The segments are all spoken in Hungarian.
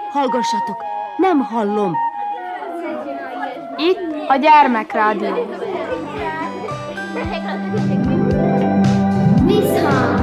Hallgassatok, nem hallom. Itt a Gyermekrádió. Visszhang.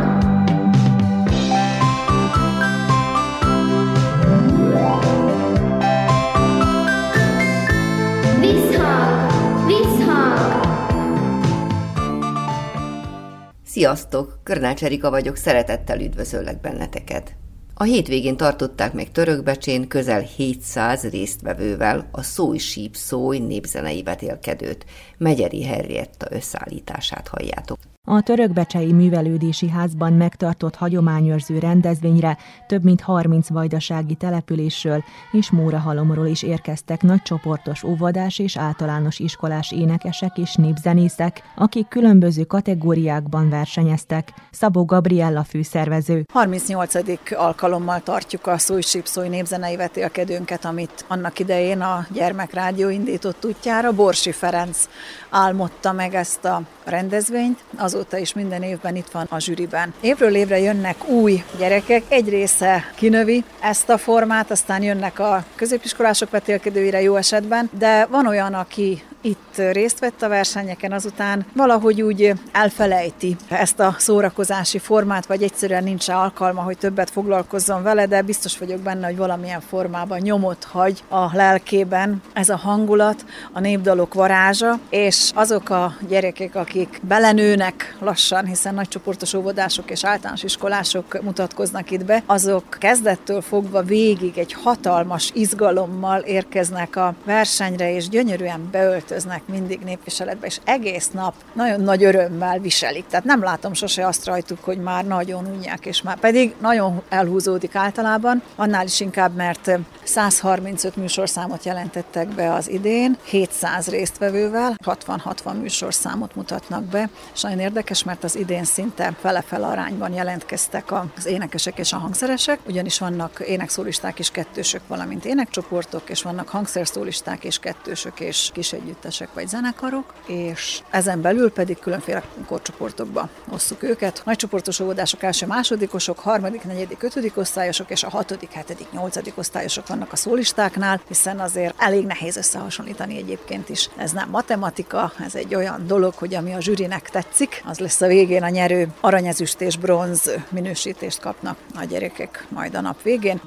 Sziasztok! Körnács Erika vagyok, szeretettel üdvözöllek benneteket. A hétvégén tartották meg Törökbecsén közel 700 résztvevővel a Szój-síp-szój népzenei vetélkedőt. Megyeri Henrietta összeállítását halljátok. A Törökbecsei Művelődési Házban megtartott hagyományőrző rendezvényre több mint 30 vajdasági településről és Mórahalomról is érkeztek nagycsoportos óvodás és általános iskolás énekesek és népzenészek, akik különböző kategóriákban versenyeztek. Szabó Gabriella főszervező. 38. alkalommal tartjuk a Szój-síp-szój népzenei vetélkedőnket, amit annak idején a Gyermekrádió indított útjára. Borsi Ferenc álmodta meg ezt a rendezvényt, azóta is minden évben itt van a zsűriben. Évről évre jönnek új gyerekek, egy része kinövi ezt a formát, aztán jönnek a középiskolások vetélkedőire jó esetben, de van olyan, aki itt részt vett a versenyeken, azután valahogy úgy elfelejti ezt a szórakozási formát, vagy egyszerűen nincs alkalma, hogy többet foglalkozzon vele, de biztos vagyok benne, hogy valamilyen formában nyomot hagy a lelkében ez a hangulat, a népdalok varázsa, és azok a gyerekek, akik belenőnek lassan, hiszen nagycsoportos óvodások és általános iskolások mutatkoznak itt be, azok kezdettől fogva végig egy hatalmas izgalommal érkeznek a versenyre, és gyönyörűen beöltöznek mindig népviseletbe, és egész nap nagyon nagy örömmel viselik. Tehát nem látom sose azt rajtuk, hogy már nagyon unják, és már pedig nagyon elhúzódik általában, annál is inkább, mert 135 műsorszámot jelentettek be az idén, 700 résztvevővel, 60-60 műsorszámot mutatnak be, és nagyon érdekes, mert az idén szinte fele-fele arányban jelentkeztek az énekesek és a hangszeresek, ugyanis vannak énekszólisták és kettősök, valamint énekcsoportok, és vannak hangszerszólisták és kettősök és kisegyüttesek vagy zenekarok, és ezen belül pedig különféle korcsoportokba osszuk őket. Nagycsoportos óvodások első-másodikosok, harmadik, negyedik, ötödik osztályosok, és a hatodik, hetedik, nyolcadik osztályosok vannak a szólistáknál, hiszen azért elég nehéz összehasonlítani egyébként is. Ez nem matematika, ez egy olyan dolog, hogy ami a zsűrinek tetszik, az lesz a végén a nyerő. Arany, ezüst és bronz minősítést kapnak a gyerekek majd a nap végén.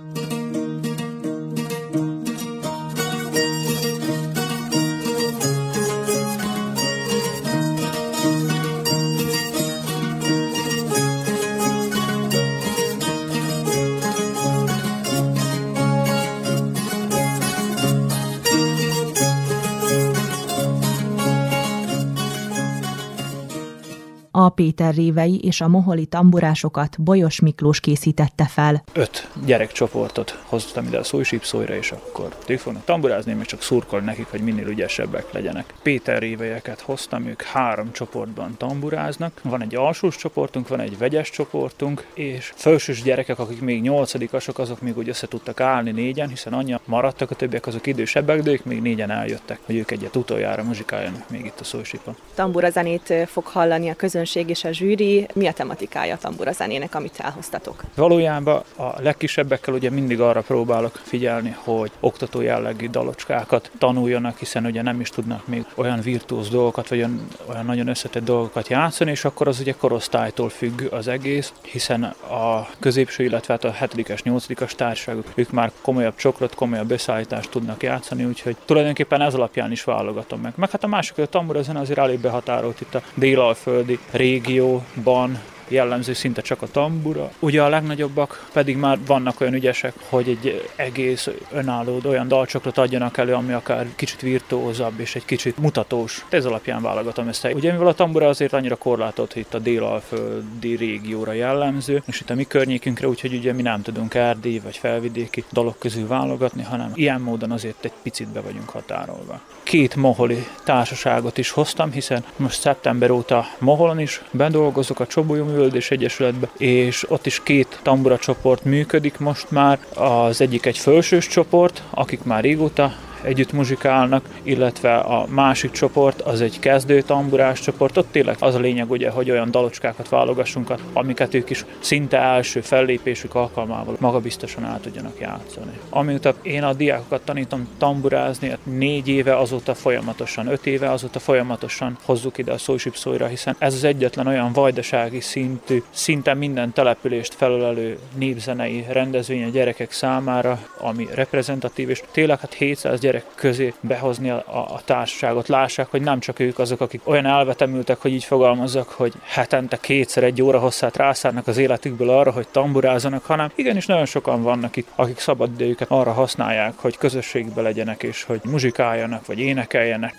A Péterrévei és a moholi tamburásokat Bolyos Miklós készítette fel. 5 gyerekcsoportot hoztam ide a Szój-síp-szójra, és akkor ők fognak tamburázni, meg csak szurkolni nekik, hogy minél ügyesebbek legyenek. Péterréveieket hoztam, ők 3 csoportban tamburáznak. Van egy alsós csoportunk, van egy vegyes csoportunk, és felsős gyerekek, akik még 8-asok, azok még úgy össze tudtak állni 4-en, hiszen annyian maradtak, a többiek azok idősebbek, de ők még 4-en eljöttek, hogy ők egyet utoljára muzsikáljanak még itt a Szój-sípon. Tamburazenét fog hallani a közönség és a zsűri. Mi a tematikája a tamburazenének, amit elhoztatok? Valójában a legkisebbekkel ugye mindig arra próbálok figyelni, hogy oktató jellegű dalocskákat tanuljanak, hiszen ugye nem is tudnak még olyan virtuóz dolgokat, vagy olyan nagyon összetett dolgokat játszani, és akkor az ugye korosztálytól függ az egész, hiszen a középső, illetve a 7-es, 8-as társaságok, ők már komolyabb csokrot, komolyabb összeállítást tudnak játszani, úgyhogy tulajdonképpen ez alapján is válogatom meg. Meg hát a másik, a tamburazene azért elég behatárolt itt a délalföldi régióban, jellemző szinte csak a tambura. Ugye a legnagyobbak pedig már vannak olyan ügyesek, hogy egy egész önálló olyan dalcsokrot adjanak elő, ami akár kicsit virtuózabb és egy kicsit mutatós. Ez alapján válogatom ezt. Ugye mivel a tambura azért annyira korlátolt, hogy itt a délalföldi régióra jellemző, és itt a mi környékünkre, úgyhogy ugye mi nem tudunk erdélyi vagy felvidéki dalok közül válogatni, hanem ilyen módon azért egy picit be vagyunk határolva. 2 moholi társaságot is hoztam, hiszen most szeptember óta Moholon is bedolgozok a Csobólyó Művelődés Egyesületbe, és ott is 2 tambura csoport működik most már. Az egyik egy felsős csoport, akik már régóta együtt muzsikálnak, illetve a másik csoport az egy kezdő tamburás csoport. Ott tényleg az a lényeg, ugye, hogy olyan dalocskákat válogassunk, amiket ők is szinte első fellépésük alkalmával magabiztosan el tudjanak játszani. Amióta én a diákokat tanítom tamburázni, 4 éve azóta folyamatosan, 5 éve azóta folyamatosan hozzuk ide a Szói-sípszóira, hiszen ez az egyetlen olyan vajdasági szintű, szinte minden települést felölelő népzenei rendezvény a gyerekek számára, ami reprezentatív, és tényleg 700 gyerek közé behozni a társaságot. Lássák, hogy nem csak ők azok, akik olyan elvetemültek, hogy így fogalmazzak, hogy hetente 2-szer 1 óra hosszát rászánnak az életükből arra, hogy tamburázzanak, hanem igenis nagyon sokan vannak itt, akik szabadidejüket arra használják, hogy közösségbe legyenek, és hogy muzsikáljanak, vagy énekeljenek.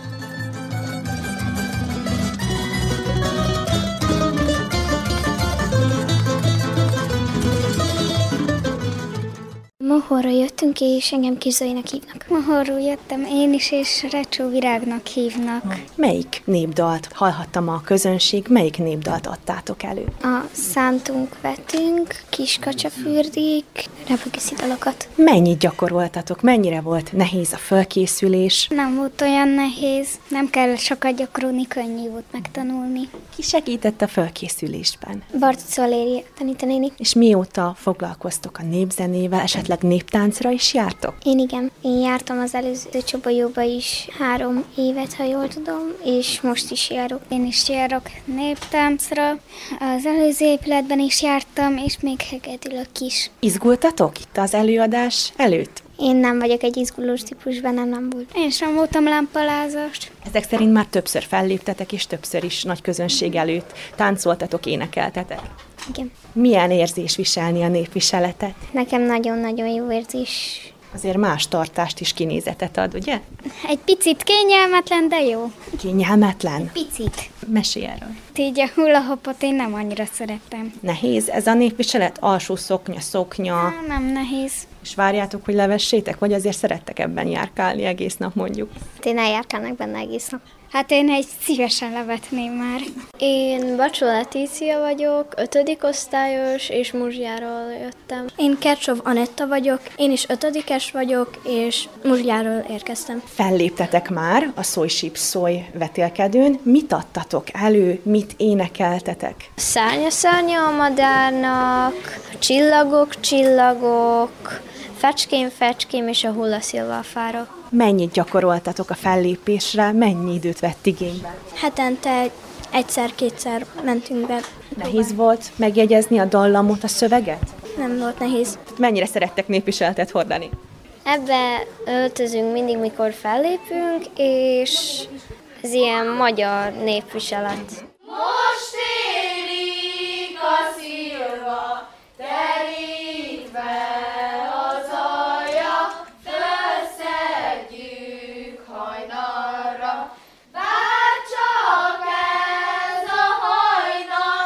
Mohorra jöttünk, és engem Kis Zoinak hívnak. Mohorról jöttem én is, és Recsó Virágnak hívnak. Melyik népdalt hallhattam a közönség, melyik népdalt adtátok elő? A Szántunk vetünk, Kiskacsafürdék, repülőgészi dalokat. Mennyit gyakoroltatok, mennyire volt nehéz a fölkészülés? Nem volt olyan nehéz, nem kellett sokat gyakorolni, könnyű volt megtanulni. Ki segített a fölkészülésben? Bartóci Valéria tanítanéni. És mióta foglalkoztok a népzenével, esetleg néptáncra is jártok? Igen. Én jártam az előző Csobajóba is 3 évet, ha jól tudom, és most is járok. Én is járok néptáncra. Az előző épületben is jártam, és még hegedülök is. Izgultatok itt az előadás előtt? Én nem vagyok egy izgulós típus, bennem nem volt. Én sem voltam lámpalázas. Ezek szerint már többször felléptetek, és többször is nagy közönség előtt táncoltatok, énekeltetek. Igen. Milyen érzés viselni a népviseletet? Nekem nagyon-nagyon jó érzés. Azért más tartást is, kinézetet ad, ugye? Egy picit kényelmetlen, de jó. Kényelmetlen? Picit. Mesélj erről. Így a hula-hopot én nem annyira szeretem. Nehéz ez a népviselet? Alsó szoknya? Nem nehéz. És várjátok, hogy levessétek, vagy azért szerettek ebben járkálni egész nap mondjuk? Én eljárkálnak benne egész nap. Hát én egy szívesen levetném már. Én Bacsó Letícia vagyok, 5. osztályos, és Muzsjáról jöttem. Én Kercsov Anetta vagyok, én is 5-es vagyok, és Muzsjáról érkeztem. Felléptetek már a Szói-sípszói vetélkedőn. Mit adtatok elő, mit énekeltetek? Szárnya a madárnak, csillagok, fecském és a hullaszilvafára. Mennyit gyakoroltatok a fellépésre, mennyi időt vett igénybe? Hetente 1-2-szer mentünk be. Nehéz volt megjegyezni a dallamot, a szöveget? Nem volt nehéz. Mennyire szerettek népviseletet hordani? Ebbe öltözünk mindig, mikor fellépünk, és ez ilyen magyar népviselet. Most érik a szilva, terítve az alja, fölszedjük hajnalra. Bár csak ez a hajnal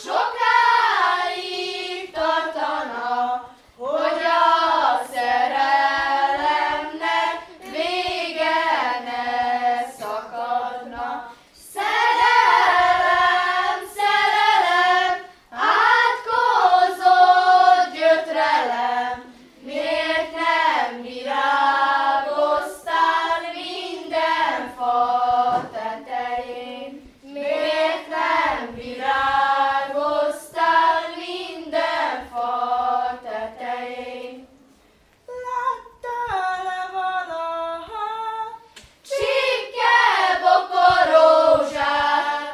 sokáig tartana, hogy a szerelemnek vége ne szakadna. Szerelem, átkozott gyötrelem, miért nem virágoztál minden fa tetején? Miért nem virágoztál minden fa tetején? Láttál-e valaha csipke bokorrózsát,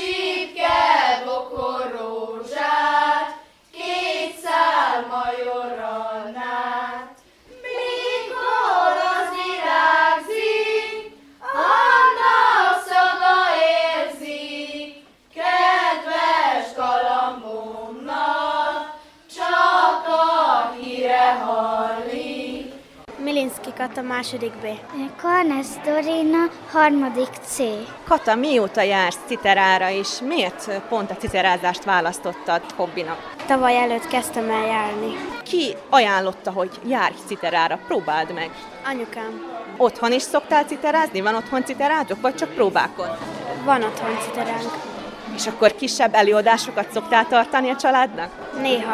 két szál majorannát? Mikor az virágzik, annak szaga érzik, kedves galambomnak csak a híre hallik. Milinszki Kata, 2. B. Karnesz Dorina, 3. C. Kata, mióta jársz citerára, és miért pont a citerázást választottad hobbinak? Tavaly előtt kezdtem el járni. Ki ajánlotta, hogy járj citerára, próbáld meg? Anyukám. Otthon is szoktál citerázni? Van otthon citerátok, vagy csak próbákon? Van otthon citeránk. És akkor kisebb előadásokat szoktál tartani a családnak? Néha.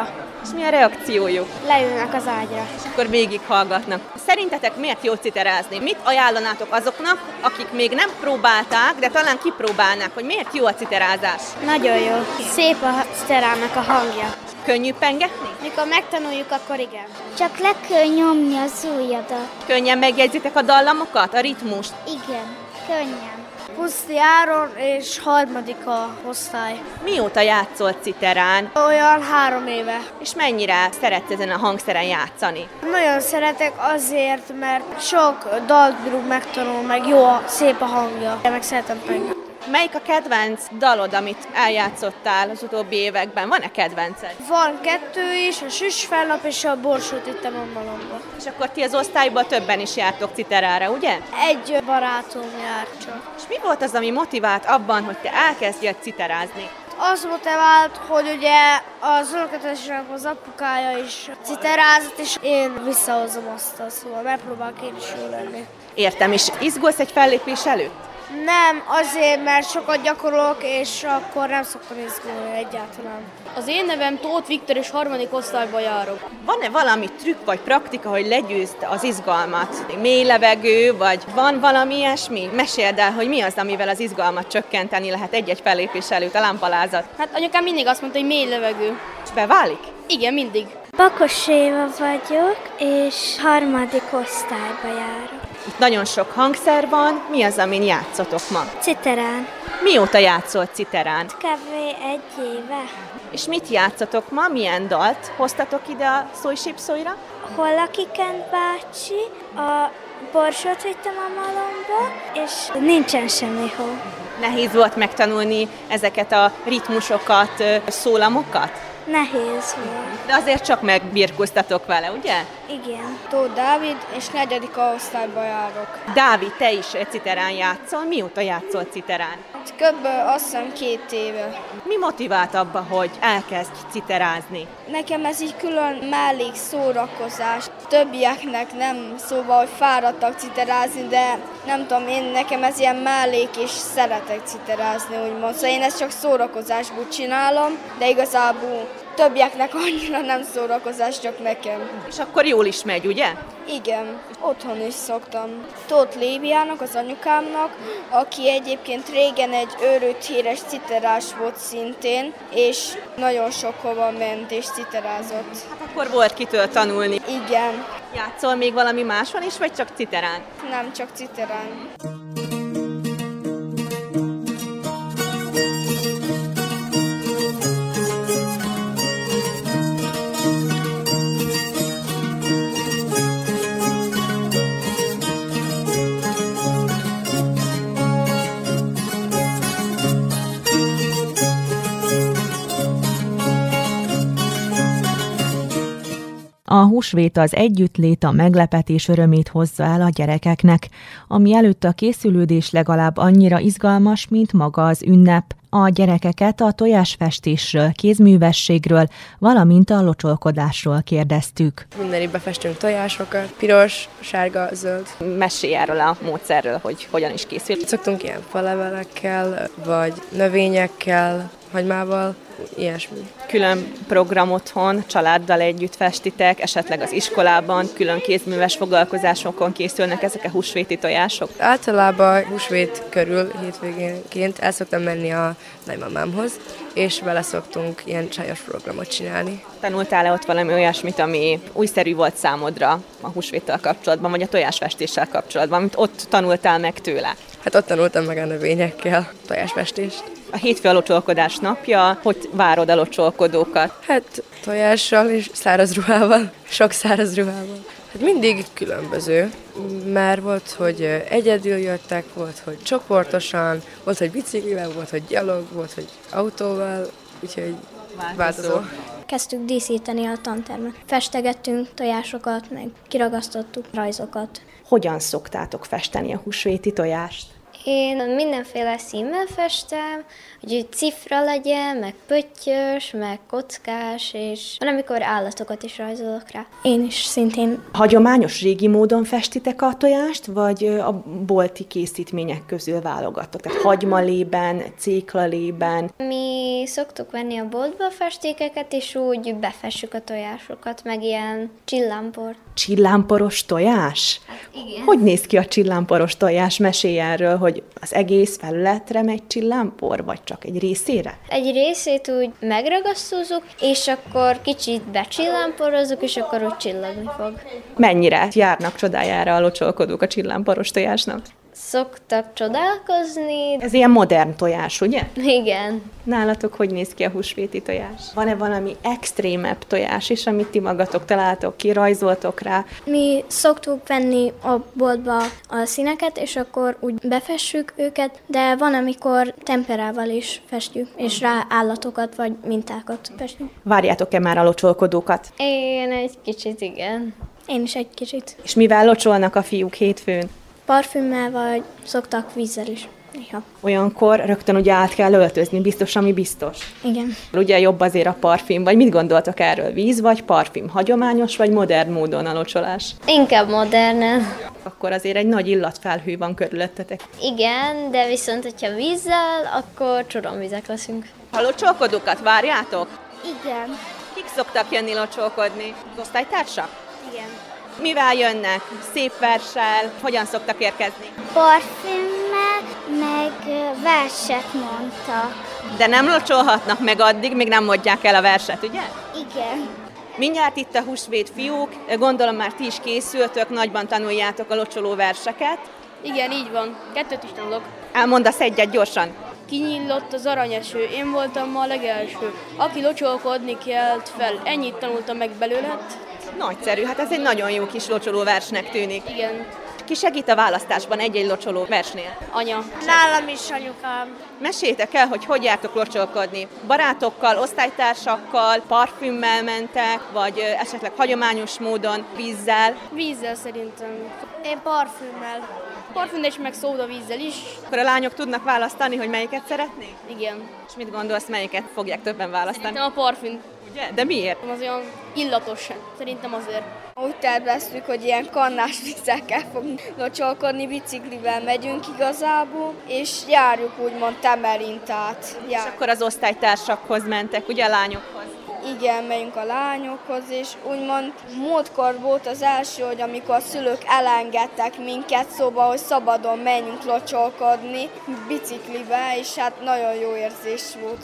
És mi a reakciójuk? Leülnek az ágyra. És akkor végighallgatnak. Szerintetek miért jó citerázni? Mit ajánlanátok azoknak, akik még nem próbálták, de talán kipróbálnák, hogy miért jó a citerázás? Nagyon jó. Szép a citerának a hangja. Könnyű pengetni? Mikor megtanuljuk, akkor igen. Csak le kell nyomni az ujjadat. Könnyen megjegyzitek a dallamokat, a ritmust? Igen, könnyen. Puszti Áron és 3. osztály. Mióta játszol citerán? Olyan 3 éve. És mennyire szeretsz ezen a hangszeren játszani? Nagyon szeretek azért, mert sok dalt bírunk megtanulni, meg jó, szép a hangja. Meg szeretem pengetni. Melyik a kedvenc dalod, amit eljátszottál az utóbbi években? Van-e kedvenced? Van 2 is, a Süsfelnap és a Borsót ittem a malomba. És akkor ti az osztályban többen is jártok citerára, ugye? Egy barátom jár csak. És mi volt az, ami motivált abban, hogy te elkezdjél citerázni? Az motivált, hogy ugye az unokatestvéremnek az apukája is citerázott, és én visszahozom azt, szóval megpróbálok én is jól lenni. Értem, és izgulsz egy fellépés előtt? Nem, azért, mert sokat gyakorolok, és akkor nem szoktam izgulni egyáltalán. Az én nevem Tóth Viktor, és 3. osztályba járok. Van-e valami trükk vagy praktika, hogy legyőzd az izgalmat? Mély levegő, vagy van valami ilyesmi? Meséld el, hogy mi az, amivel az izgalmat csökkenteni lehet egy-egy fellépés előtt, a lámpalázat. Hát anyukám mindig azt mondta, hogy mély levegő. És beválik? Igen, mindig. Bakos Éva vagyok, és 3. osztályba járok. Itt nagyon sok hangszer van. Mi az, amin játszotok ma? Citerán. Mióta játszol citerán? Kb. 1 éve. És mit játszotok ma? Milyen dalt hoztatok ide a Szój-sípszójra? Hol lakik Kent bácsi? A Borsót vittem a malomba, és nincsen semmihol. Nehéz volt megtanulni ezeket a ritmusokat, szólamokat? Nehéz volt. De azért csak megbirkóztatok vele, ugye? Igen. Tóth Dávid, és 4. osztályba járok. Dávid, te is citerán játszol. Mióta játszol citerán? Kb. Azt hiszem 2 éve. Mi motivált abba, hogy elkezdj citerázni? Nekem ez így külön mellék szórakozás. Többieknek nem, szóval, hogy fáradtak citerázni, de nem tudom, nekem ez ilyen mellék, és szeretek citerázni, úgymond. Szóval én ezt csak szórakozásból csinálom, de igazából többieknek annyira nem szórakozás, csak nekem. És akkor jól is megy, ugye? Igen, otthon is szoktam. Tóth Léviának, az anyukámnak, aki egyébként régen egy őrült híres citerás volt szintén, és nagyon sok hova ment és citerázott. Hát akkor volt kitől tanulni. Igen. Játszol még valami máson is, vagy csak citerán? Nem, csak citerán. A húsvét az együttlét, a meglepetés örömét hozza el a gyerekeknek, ami előtt a készülődés legalább annyira izgalmas, mint maga az ünnep. A gyerekeket a tojásfestésről, kézművességről, valamint a locsolkodásról kérdeztük. Minden évben festünk tojásokat, piros, sárga, zöld. Mesélj erről a módszerről, hogy hogyan is készül. Szoktunk ilyen falevelekkel, vagy növényekkel, hagymával, ilyesmi. Külön program otthon, családdal együtt festitek, esetleg az iskolában, külön kézműves foglalkozásokon készülnek ezek a húsvéti tojások? Általában húsvét körül hétvégénként el szoktam menni a nagymamámhoz, és vele szoktunk ilyen csályos programot csinálni. Tanultál-e ott valami olyasmit, ami újszerű volt számodra a húsvéttel kapcsolatban, vagy a tojásfestéssel kapcsolatban, amit ott tanultál meg tőle? Hát ott tanultam meg a növényekkel tojásfestést. A hétfő a locsolkodás napja, hogy várod a locsolkodókat? Hát tojással és száraz ruhával, sok száraz ruhával. Hát mindig különböző, mert volt, hogy egyedül jöttek, volt, hogy csoportosan, volt, hogy biciklivel, volt, hogy gyalog, volt, hogy autóval, úgyhogy változó. Kezdtük díszíteni a tantermet. Festegettünk tojásokat, meg kiragasztottuk rajzokat. Hogyan szoktátok festeni a húsvéti tojást? Én mindenféle színvel festem, hogy cifra legyen, meg pöttyös, meg kockás, és van, amikor állatokat is rajzolok rá. Én is szintén. Hagyományos régi módon festitek a tojást, vagy a bolti készítmények közül válogattok? Tehát hagymalében, céklalében? Mi szoktuk venni a boltba a festékeket, és úgy befessük a tojásokat, meg ilyen csillámport. Csillámporos tojás? Igen. Hogy néz ki a csillámporos tojás? Mesélj erről, hogy az egész felületre megy csillámpor, vagy csak egy részére? Egy részét úgy megragasztózzuk, és akkor kicsit becsillámporozzuk, és akkor úgy csillogni fog. Mennyire járnak csodájára a locsolkodók a csillámporos tojásnak? Szoktak csodálkozni. Ez ilyen modern tojás, ugye? Igen. Nálatok hogy néz ki a húsvéti tojás? Van-e valami extrémebb tojás is, amit ti magatok találtok ki, rajzoltok rá? Mi szoktuk venni a boltba a színeket, és akkor úgy befessük őket, de van, amikor temperával is festjük, és rá állatokat vagy mintákat festjük. Várjátok-e már a locsolkodókat? Én egy kicsit igen. Én is egy kicsit. És mivel locsolnak a fiúk hétfőn? Parfümmel vagy szoktak vízzel is. Néha. Olyankor rögtön ugye át kell öltözni, biztos, ami biztos. Igen. Ugye jobb azért a parfüm, vagy mit gondoltok erről? Víz vagy parfüm? Hagyományos vagy modern módon a locsolás? Inkább modernen. Akkor azért egy nagy illatfelhő van körülöttetek. Igen, de viszont, hogyha vízzel, akkor csoromvizek leszünk. A locsolkodókat várjátok? Igen. Kik szoktak jönni locsolkodni? Az osztálytársak? Igen. Mivel jönnek? Szép verssel? Hogyan szoktak érkezni? Parfümmel, meg verset mondta. De nem locsolhatnak meg addig, még nem mondják el a verset, ugye? Igen. Mindjárt itt a húsvét, fiúk, gondolom már ti is készültök, nagyban tanuljátok a locsoló verseket. Igen, így van. 2 is tanulok. Elmondasz egyet gyorsan. Kinyílott az aranyeső, én voltam ma a legelső. Aki locsolkodni kelt fel, ennyit tanultam meg belőle. Nagyszerű, hát ez egy nagyon jó kis locsoló versnek tűnik. Igen. Ki segít a választásban egy-egy locsoló versnél? Anya. Nálam is anyukám. Meséljétek el, hogy hogy jártok locsolkodni. Barátokkal, osztálytársakkal, parfümmel mentek, vagy esetleg hagyományos módon, vízzel. Vízzel szerintem. Én parfümmel. Parfümmel is, meg szódavízzel is. Akkor a lányok tudnak választani, hogy melyiket szeretnék? Igen. És mit gondolsz, melyiket fogják többen választani? Szerintem a parfüm. Ugye? De miért? Az olyan illatos. Szerintem azért. Úgy terveztük, hogy ilyen kannás vízekkel fogunk locsolkodni, biciklivel megyünk igazából, és járjuk úgymond Temerintát. És akkor az osztálytársakhoz mentek, ugye a lányokhoz? Igen, megyünk a lányokhoz, és úgymond múltkor volt az első, hogy amikor a szülők elengedtek minket, szóval, hogy szabadon menjünk locsolkodni biciklivel, és hát nagyon jó érzés volt.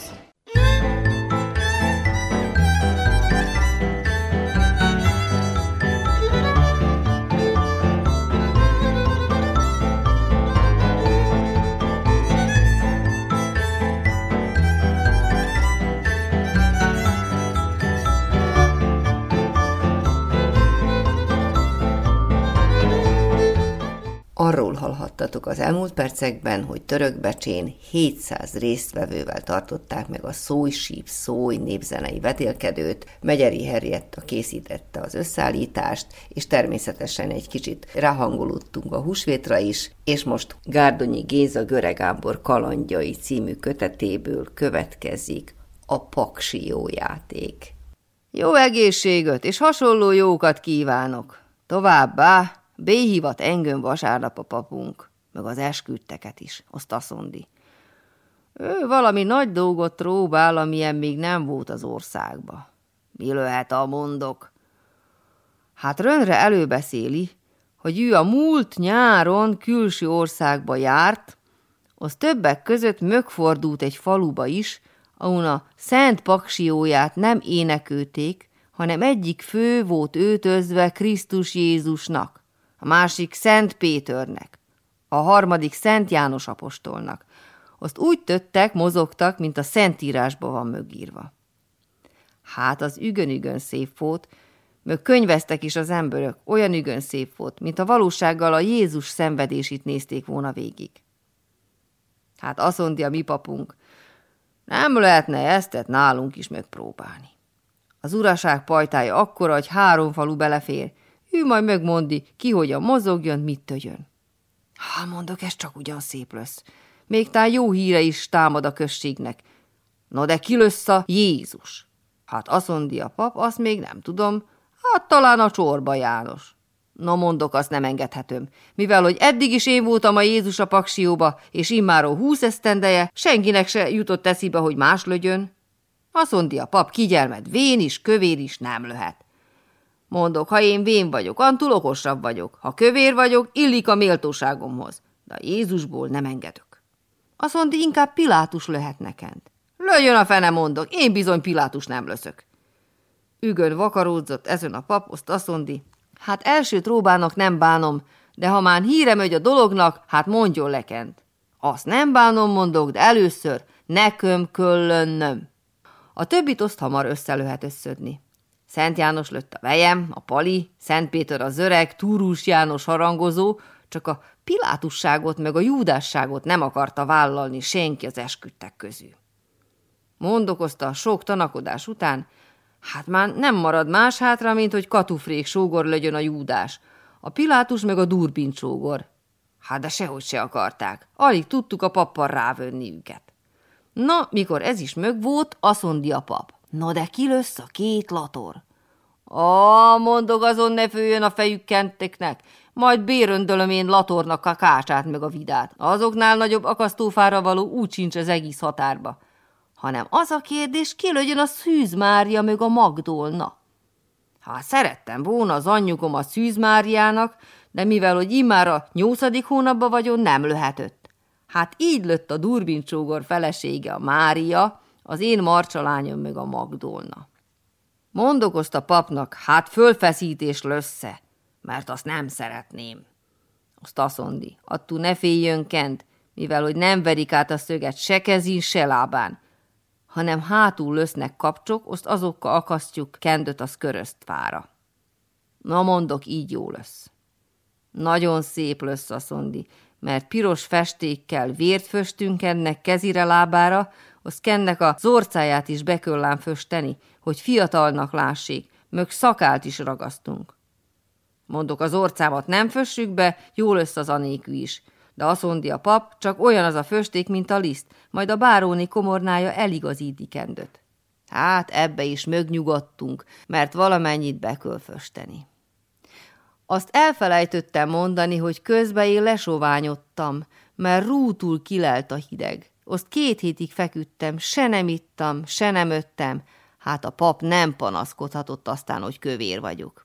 Arról hallhattatok az elmúlt percekben, hogy Törökbecsén 700 résztvevővel tartották meg a Szój-síp-szój népzenei vetélkedőt, Megyeri Henrietta készítette az összeállítást, és természetesen egy kicsit ráhangolódtunk a húsvétra is, és most Gárdonyi Géza Göre Gábor kalandjai című kötetéből következik a Paksi jójáték. Jó egészséget és hasonló jókat kívánok! Továbbá! Béhívat engem vasárnap a papunk, meg az esküdteket is, azt aszondi. Ő valami nagy dolgot próbál, amilyen még nem volt az országba. Mi lehet a mondok? Hát rönre előbeszéli, hogy ő a múlt nyáron külső országba járt, az többek között mögfordult egy faluba is, ahol a Szent Paksióját nem énekelték, hanem egyik fő volt öltözve Krisztus Jézusnak, a másik Szent Péternek, a harmadik Szent János apostolnak. Azt úgy töttek, mozogtak, mint a Szentírásban van mögírva. Hát az ügön szép volt, mög könyveztek is az emberök, olyan ügön szép volt, mint a valósággal a Jézus szenvedését nézték volna végig. Hát azt mondja a mi papunk, nem lehetne eztet nálunk is megpróbálni. Az uraság pajtája akkora, hogy 3 falu belefér, ő majd megmondi, ki hogyan mozogjon, mit töjön. Mondok, ez csak ugyan szép lesz. Még tán jó híre is támad a községnek. No, de ki lesz a Jézus? Hát azt mondja a pap, azt még nem tudom, hát talán a Csorba János. No, mondok, azt nem engedhetem, mivel hogy eddig is én voltam a Jézus a Paksióba, és immáron 20 esztendeje, senkinek se jutott eszébe, hogy más lögyön. Azt mondja a pap, kigyelmed, vén is, kövér is nem lehet. Mondok, ha én vén vagyok, antul okosabb vagyok, ha kövér vagyok, illik a méltóságomhoz, de a Jézusból nem engedök. Azt mondja, inkább Pilátus lehet nekend. Löjjön a fene, mondok, én bizony Pilátus nem löszök. Ügön vakaródzott ezen a pap, azt mondja, hát első próbának nem bánom, de ha már híre megy a dolognak, hát mondjon lekent. Azt nem bánom, mondok, de először neköm köllönnöm. A többit azt hamar össze lehet összödni. Szent János lőtt a vejem, a Pali, Szent Péter az öreg, Túrus János harangozó, csak a pilátusságot meg a júdásságot nem akarta vállalni senki az esküdtek közül. Mondokozta a sok tanakodás után, hát már nem marad más hátra, mint hogy Katufrék sógor legyen a Júdás, a Pilátus meg a Durbin sógor. Hát de sehogy se akarták, alig tudtuk a pappal rávönni őket. Na, mikor ez is mög volt, azt mondja a pap, na de ki lesz a két lator? Mondok, azon ne főjön a fejük kenteknek, majd béröndölöm én latornak a kácsát meg a vidát. Azoknál nagyobb akasztófára való úgy sincs az egész határba. Hanem az a kérdés, ki legyen a Szűz Mária meg a Magdolna. Hát szerettem volna az anyjukom a Szűz Máriának, de mivel hogy immár a 8. hónapban vagyon, nem lehetett. Hát így lett a Durbin sógor felesége a Mária, az én marcsalányom meg a Magdolna. Mondokozt a papnak, hát fölfeszítés lössze, mert azt nem szeretném. Azt mondi, attól ne féljön kent, mivel hogy nem verik át a szöget se kezin, se lábán, hanem hátul lösznek kapcsok, azt azokkal akasztjuk kendöt az köröztfára. Na mondok, így jó lesz. Nagyon szép lesz, azt mondi, mert piros festékkel vért föstünk ennek kezire lábára, azt kennek az orcáját is be kellám fösteni, hogy fiatalnak lássék, mög szakált is ragasztunk. Mondok, az orcámat nem fössük be, jó lesz az anékű is. De azt mondja a pap, csak olyan az a fösték, mint a liszt, majd a báróni komornája eligazíti kendöt. Hát ebbe is mögnyugodtunk, mert valamennyit be kell fösteni. Azt elfelejtettem mondani, hogy közben én lesoványodtam, mert rútul kilelt a hideg. Azt 2 hétig feküdtem, se nem ittam, se nem öttem, hát a pap nem panaszkodhatott aztán, hogy kövér vagyok.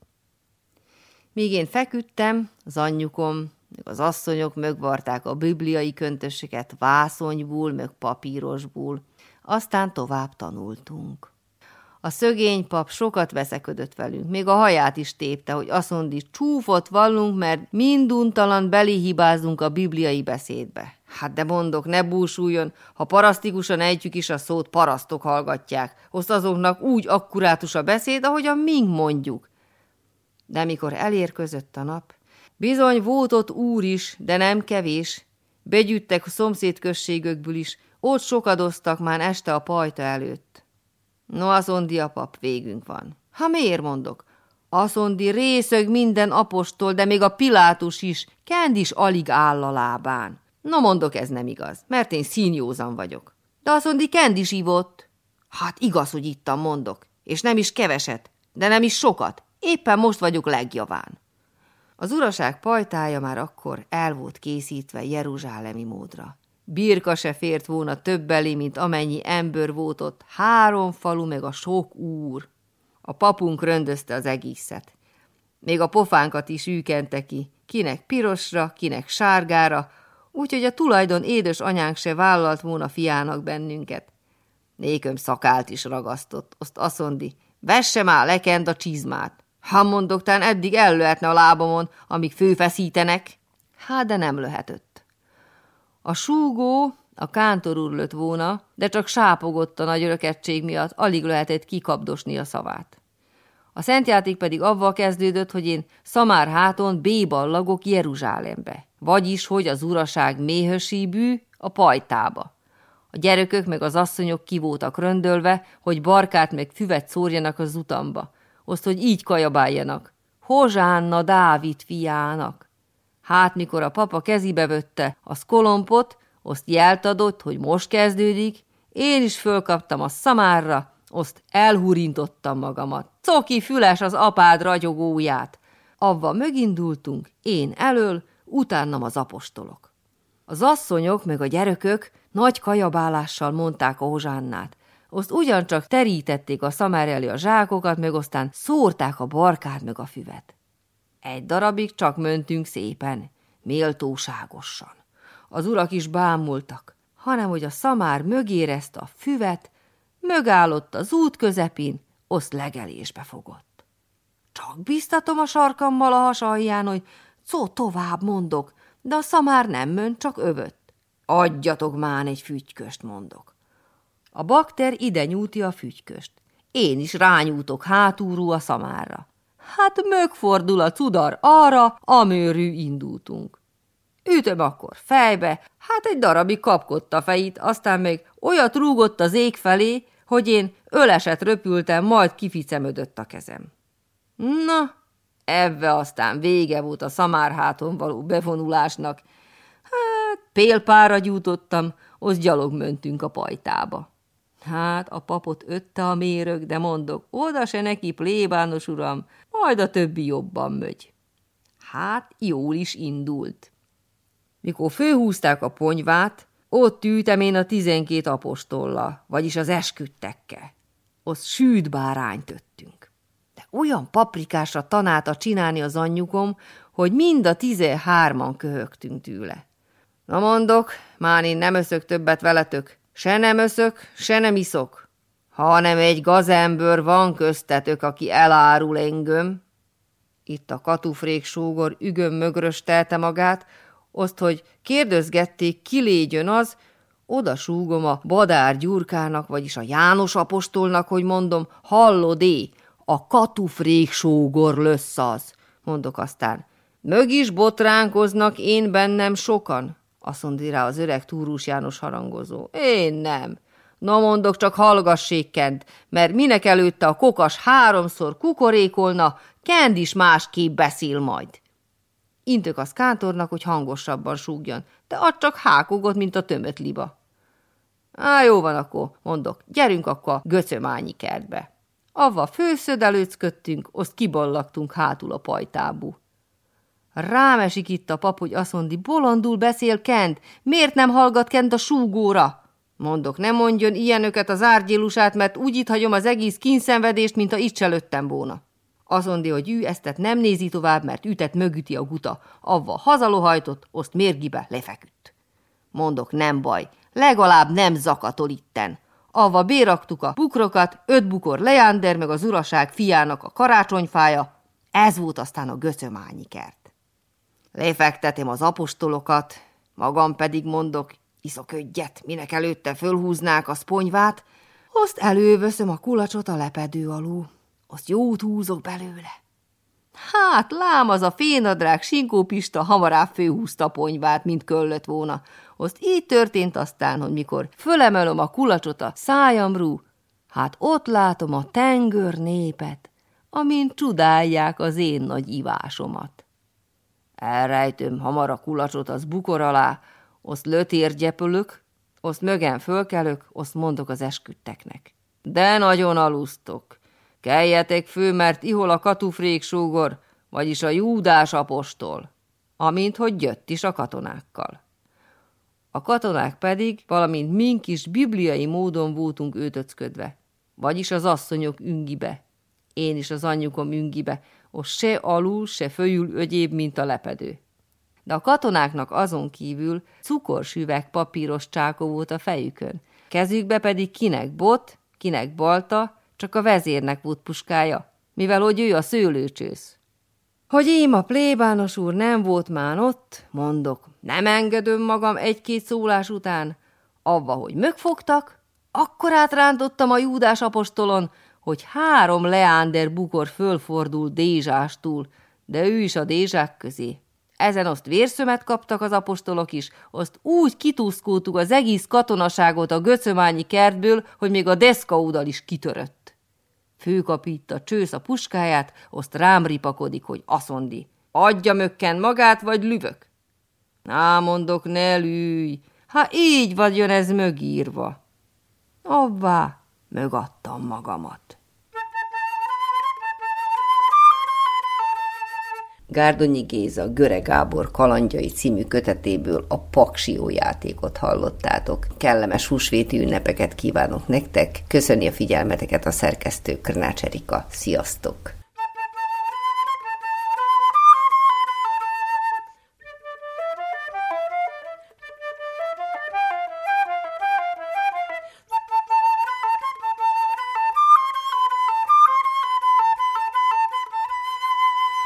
Míg én feküdtem, az anyjukom, meg az asszonyok mögvarták a bibliai köntösöket vászonyból, meg papírosból, aztán tovább tanultunk. A szögény pap sokat veszeködött velünk, még a haját is tépte, hogy azt mondi, csúfot vallunk, mert minduntalan belihibázunk a bibliai beszédbe. Hát de mondok, ne búsuljon, ha parasztikusan ejtjük is a szót, parasztok hallgatják, azt azoknak úgy akkurátus a beszéd, ahogyan mink mondjuk. De mikor elérkezett a nap, bizony volt ott úr is, de nem kevés. Begyűjtek a szomszédközségökből is, ott sokadoztak már este a pajta előtt. No, azt mondi a pap, végünk van. Ha miért mondok? Azt mondi, részög minden apostol, de még a Pilátus is, kend is alig áll a lábán. No, mondok, ez nem igaz, mert én színjózan vagyok. De azt mondi, kend is ivott. Hát igaz, hogy ittam, mondok, és nem is keveset, de nem is sokat. Éppen most vagyok legjaván. Az uraság pajtája már akkor el volt készítve jeruzsálemi módra. Birka se fért volna több elé, mint amennyi ember volt ott, 3 falu meg a sok úr. A papunk röndözte az egészet. Még a pofánkat is ükente ki, kinek pirosra, kinek sárgára, úgyhogy a tulajdon édes anyánk se vállalt volna fiának bennünket. Néköm szakált is ragasztott, azt mondi, vesse már lekend a csizmát. Ha mondok, tán eddig ellöhetne a lábamon, amíg főfeszítenek. Hát de nem löhetett. A súgó, a kántor úr lőtt volna, de csak sápogott a nagy örökettség miatt, alig lehetett kikapdosni a szavát. A szentjáték pedig avval kezdődött, hogy én szamár háton béballagok Jeruzsálembe, vagyis, hogy az uraság méhösíbű a pajtába. A gyerekök meg az asszonyok ki voltak röndölve, hogy barkát meg füvet szórjanak az utamba, azt, hogy így kajabáljanak. Hozsánna Dávid fiának. Hát mikor a papa kezébe vötte a szkolompot, azt jelt adott, hogy most kezdődik, én is fölkaptam a szamárra, azt elhurintottam magamat. Coki füles az apád ragyogóját. Avva mögindultunk, én elől, utánam az apostolok. Az asszonyok meg a gyerekök nagy kajabálással mondták a hozsánnát. Azt ugyancsak terítették a szamár elé a zsákokat, meg aztán szórták a barkát meg a füvet. Egy darabig csak mentünk szépen, méltóságosan. Az urak is bámultak, hanem hogy a szamár mögérezte a füvet, mögállott az út közepén, azt legelésbe fogott. Csak biztatom a sarkammal a hasalján, hogy tovább mondok, de a szamár nem ment, csak övött. Adjatok már egy fügyköst, mondok. A bakter ide nyújti a fügyköst. Én is rányújtok hátulról a szamárra. Hát mögfordul a cudar arra, amőrű indultunk. Ütöm akkor fejbe, hát egy darabig kapkodta a fejét, aztán még olyat rúgott az ég felé, hogy én öleset röpültem, majd kificemödött a kezem. Na, ebbe aztán vége volt a szamárháton való bevonulásnak. Hát pélpára gyújtottam, azt gyalog mentünk a pajtába. Hát a papot ötte a méreg, de mondok, oda se neki, plébános uram, majd a többi jobban mögy. Hát jól is indult. Mikor főhúzták a ponyvát, ott ültem én a 12 apostollal, vagyis az esküdtekkel. Ott sűt bárányt öttünk. De olyan paprikásra tanálta csinálni az anyjukom, hogy mind a 13-an köhögtünk tőle. Na mondok, már én nem öszök többet veletek. Se nem öszök, se nem iszok, hanem egy gazember van köztetök, aki elárul engem. Itt a katufrék sógor ügöm-mögröstelte magát, azt, hogy kérdezgették, ki légyön az, oda súgom a Badár Gyurkának, vagyis a János apostolnak, hogy mondom, hallod-é, a katufrék sógor lössz az. Mondok aztán, mög is botránkoznak én bennem sokan. Azt mondja rá az öreg Túrós János harangozó. Én nem. Na mondok, csak hallgassék Kent, mert minek előtte a kokas 3-szor kukorékolna, Kent is másképp beszél majd. Intök az kántornak, hogy hangosabban súgjon, de az csak hákogott, mint a tömött liba. Jó van akkor, mondok, gyerünk akkor a Göcömányi kertbe. Avva főszödelőcködtünk, azt kiballagtunk hátul a pajtából. Rám esik itt a pap, hogy azt mondi, bolondul beszél Kent, miért nem hallgat Kent a súgóra? Mondok, ne mondjon ilyenöket az árgyélusát, mert úgy itt hagyom az egész kínszenvedést, mint ha itt se lőttem volna. Azt mondi, hogy eztet nem nézi tovább, mert ütet mögüti a guta. Avva hazalohajtott, azt mérgibe lefeküdt. Mondok, nem baj, legalább nem zakatol itten. Avva béraktuk a bukrokat, 5 bukor leánder, meg az uraság fiának a karácsonyfája. Ez volt aztán a Göcömányi kert. Lefektetem az apostolokat, magam pedig mondok, iszok ögyet, minek előtte fölhúznák a ponyvát, azt előveszem a kulacsot a lepedő alul, azt jót húzok belőle. Hát lám, az a fénadrág Sinkó Pista hamarább főhúzta a ponyvát, mint köllött volna. Azt így történt aztán, hogy mikor fölemelom a kulacsot a szájamrú, hát ott látom a tengör népet, amint csodálják az én nagy ivásomat. Elrejtöm hamar a kulacsot az bukor alá, azt lötérgyepölök, azt mögen fölkelök, azt mondok az esküdteknek. De nagyon alusztok, keljetek fő, mert ihol a katufrék sógor, vagyis a Júdás apostol, amint hogy jött is a katonákkal. A katonák pedig, valamint mink is bibliai módon voltunk őtöcködve, vagyis az asszonyok üngibe, én is az anyjukom üngibe, ott se alul, se följül ögyébb, mint a lepedő. De a katonáknak azon kívül cukorsüveg papíros csákó volt a fejükön, kezükbe pedig kinek bot, kinek balta, csak a vezérnek volt puskája, mivel hogy ő a szőlőcsősz. Hogy én a plébános úr nem volt már ott, mondok, nem engedem magam 1-2 szólás után, avva, hogy mögfogtak, akkor átrántottam a Júdás apostolon, hogy 3 leánder bukor fölfordul dézsástól, de ő is a dézsák közé. Ezen azt vérszömet kaptak az apostolok is, azt úgy kituszkoltuk az egész katonaságot a Göcömányi kertből, hogy még a deszkaudal is kitörött. Főkapít a csősz a puskáját, azt rám ripakodik, hogy aszondi. Adja mökken magát, vagy lüvök? Á, mondok, ne lűj, hát így vagyon ez mögírva. Abbá, mögadtam magamat. Gárdonyi Géza Göre Gábor kalandjai című kötetéből a Paksió játékot hallottátok. Kellemes húsvéti ünnepeket kívánok nektek, köszöni a figyelmeteket a szerkesztő Krnács Erika. Sziasztok!